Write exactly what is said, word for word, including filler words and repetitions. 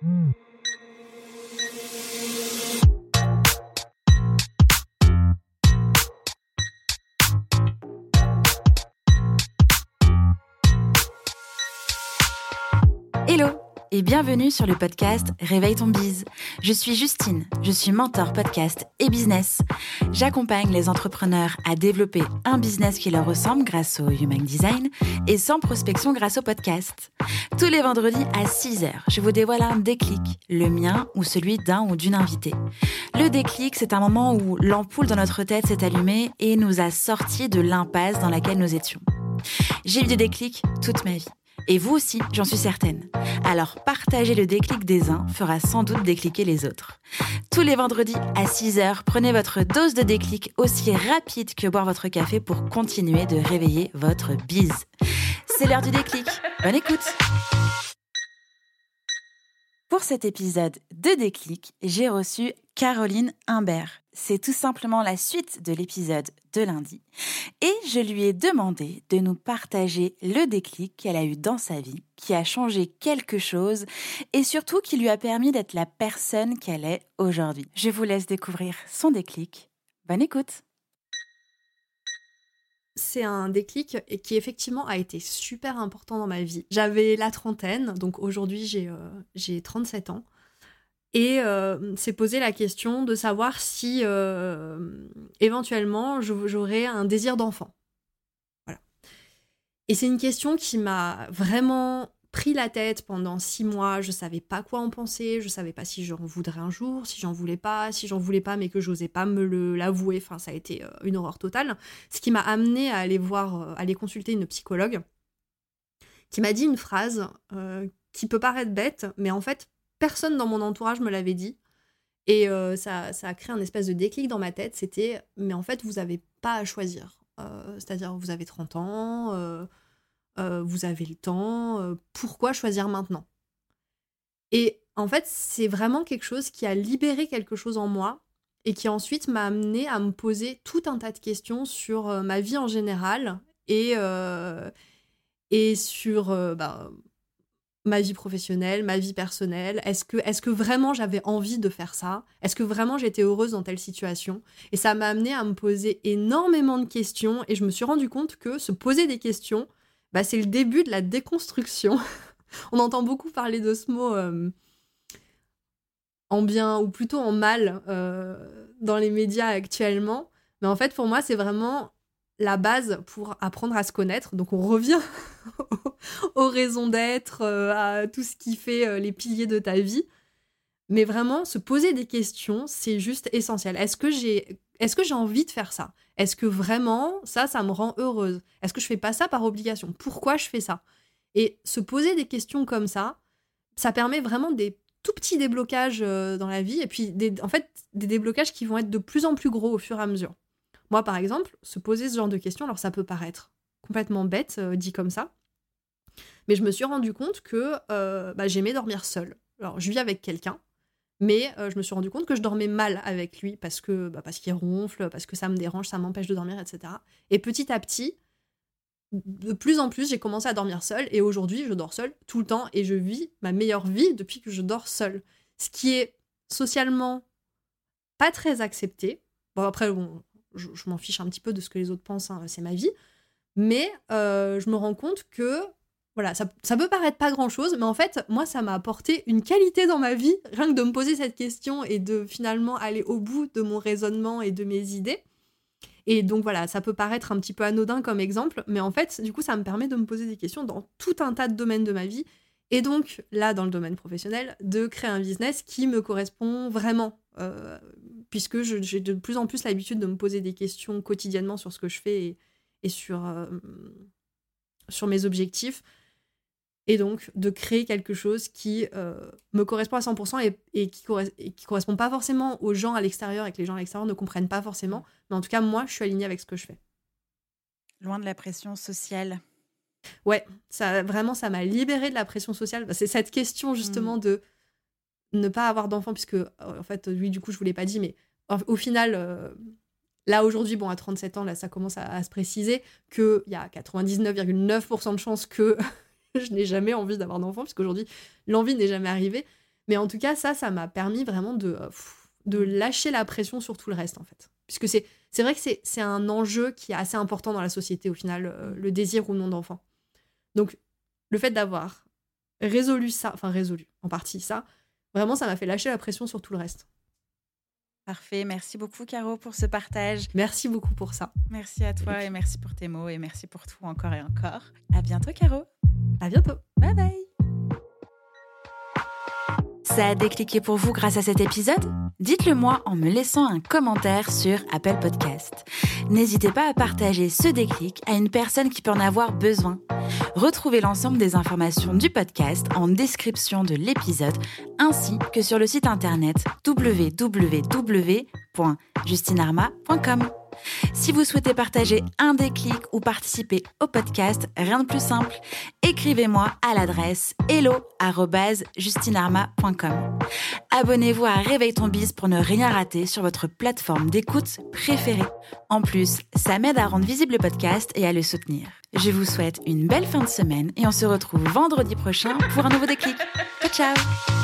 Hello et bienvenue sur le podcast Réveille ton bise. Je suis Justine, je suis mentor podcast et business. J'accompagne les entrepreneurs à développer un business qui leur ressemble grâce au Human Design et sans prospection grâce au podcast. Tous les vendredis à six heures, je vous dévoile un déclic, le mien ou celui d'un ou d'une invitée. Le déclic, c'est un moment où l'ampoule dans notre tête s'est allumée et nous a sortis de l'impasse dans laquelle nous étions. J'ai eu des déclics toute ma vie. Et vous aussi, j'en suis certaine. Alors, partager le déclic des uns fera sans doute décliquer les autres. Tous les vendredis à six heures, prenez votre dose de déclic aussi rapide que boire votre café pour continuer de réveiller votre bise. C'est l'heure du déclic. Bonne écoute! Pour cet épisode de Déclic, j'ai reçu Caroline Imbert. C'est tout simplement la suite de l'épisode de lundi. Et je lui ai demandé de nous partager le déclic qu'elle a eu dans sa vie, qui a changé quelque chose et surtout qui lui a permis d'être la personne qu'elle est aujourd'hui. Je vous laisse découvrir son déclic. Bonne écoute! C'est un déclic et qui effectivement a été super important dans ma vie. J'avais la trentaine, donc aujourd'hui j'ai, euh, j'ai trente-sept ans. Et euh, s'est posé la question de savoir si euh, éventuellement j'aurais un désir d'enfant. Voilà. Et c'est une question qui m'a vraiment pris la tête pendant six mois. Je savais pas quoi en penser, je savais pas si j'en voudrais un jour, si j'en voulais pas, si j'en voulais pas mais que j'osais pas me le, l'avouer. Enfin, ça a été une horreur totale. Ce qui m'a amenée à aller voir, à aller consulter une psychologue qui m'a dit une phrase euh, qui peut paraître bête, mais en fait, personne dans mon entourage me l'avait dit. Et euh, ça, ça a créé un espèce de déclic dans ma tête. C'était, mais en fait, vous n'avez pas à choisir. Euh, c'est-à-dire, vous avez trente ans, euh, euh, vous avez le temps. Euh, pourquoi choisir maintenant ? Et en fait, c'est vraiment quelque chose qui a libéré quelque chose en moi et qui ensuite m'a amené à me poser tout un tas de questions sur euh, ma vie en général et, euh, et sur... Euh, bah, ma vie professionnelle, ma vie personnelle, est-ce que, est-ce que vraiment j'avais envie de faire ça ? Est-ce que vraiment j'étais heureuse dans telle situation ? Et ça m'a amené à me poser énormément de questions et je me suis rendu compte que se poser des questions, bah, c'est le début de la déconstruction. On entend beaucoup parler de ce mot euh, en bien ou plutôt en mal euh, dans les médias actuellement, mais en fait pour moi c'est vraiment la base pour apprendre à se connaître. Donc on revient aux raisons d'être, euh, à tout ce qui fait euh, les piliers de ta vie. Mais vraiment, se poser des questions, c'est juste essentiel. Est-ce que j'ai, est-ce que j'ai envie de faire ça ? Est-ce que vraiment, ça, ça me rend heureuse ? Est-ce que je fais pas ça par obligation ? Pourquoi je fais ça ? Et se poser des questions comme ça, ça permet vraiment des tout petits déblocages euh, dans la vie. Et puis, des, en fait, des déblocages qui vont être de plus en plus gros au fur et à mesure. Moi, par exemple, se poser ce genre de questions, alors ça peut paraître complètement bête, euh, dit comme ça, mais je me suis rendu compte que euh, bah, j'aimais dormir seule. Alors, je vis avec quelqu'un, mais euh, je me suis rendu compte que je dormais mal avec lui parce que bah, parce qu'il ronfle, parce que ça me dérange, ça m'empêche de dormir, et cetera. Et petit à petit, de plus en plus, j'ai commencé à dormir seule, et aujourd'hui, je dors seule tout le temps, et je vis ma meilleure vie depuis que je dors seule. Ce qui est socialement pas très accepté. Bon, après, bon... Je, je m'en fiche un petit peu de ce que les autres pensent, hein, c'est ma vie. Mais euh, je me rends compte que, voilà, ça, ça peut paraître pas grand-chose, mais en fait, moi, ça m'a apporté une qualité dans ma vie, rien que de me poser cette question et de finalement aller au bout de mon raisonnement et de mes idées. Et donc voilà, ça peut paraître un petit peu anodin comme exemple, mais en fait, du coup, ça me permet de me poser des questions dans tout un tas de domaines de ma vie. Et donc, là, dans le domaine professionnel, de créer un business qui me correspond vraiment. Euh, puisque je, j'ai de plus en plus l'habitude de me poser des questions quotidiennement sur ce que je fais et, et sur, euh, sur mes objectifs. Et donc, de créer quelque chose qui euh, me correspond à cent pour cent et, et qui ne correspond pas forcément aux gens à l'extérieur et que les gens à l'extérieur ne comprennent pas forcément. Mais en tout cas, moi, je suis alignée avec ce que je fais. Loin de la pression sociale. Ouais, ça, vraiment, ça m'a libérée de la pression sociale. C'est cette question, justement, mmh. de ne pas avoir d'enfant, puisque, en fait, lui, du coup, je ne vous l'ai pas dit, mais au final, euh, là, aujourd'hui, bon, à trente-sept ans, là, ça commence à, à se préciser qu'il y a quatre-vingt-dix-neuf virgule neuf pour cent de chances que je n'ai jamais envie d'avoir d'enfant, puisqu'aujourd'hui, l'envie n'est jamais arrivée. Mais en tout cas, ça, ça m'a permis vraiment de, de lâcher la pression sur tout le reste, en fait. Puisque c'est, c'est vrai que c'est, c'est un enjeu qui est assez important dans la société, au final, euh, le désir ou non d'enfant. Donc, le fait d'avoir résolu ça, enfin résolu en partie ça, vraiment, ça m'a fait lâcher la pression sur tout le reste. Parfait, merci beaucoup Caro pour ce partage. Merci beaucoup pour ça. Merci à toi et merci pour tes mots et merci pour tout encore et encore. À bientôt Caro. À bientôt. Bye bye. Ça a décliqué pour vous grâce à cet épisode ? Dites-le moi en me laissant un commentaire sur Apple Podcast. N'hésitez pas à partager ce déclic à une personne qui peut en avoir besoin. Retrouvez l'ensemble des informations du podcast en description de l'épisode ainsi que sur le site internet w w w point justine arma point com. Si vous souhaitez partager un déclic ou participer au podcast, rien de plus simple, écrivez-moi à l'adresse hello arobase justine arma point com. Abonnez-vous à Réveille ton Biz pour ne rien rater sur votre plateforme d'écoute préférée. En plus, ça m'aide à rendre visible le podcast et à le soutenir. Je vous souhaite une belle fin de semaine et on se retrouve vendredi prochain pour un nouveau déclic. Ciao, ciao!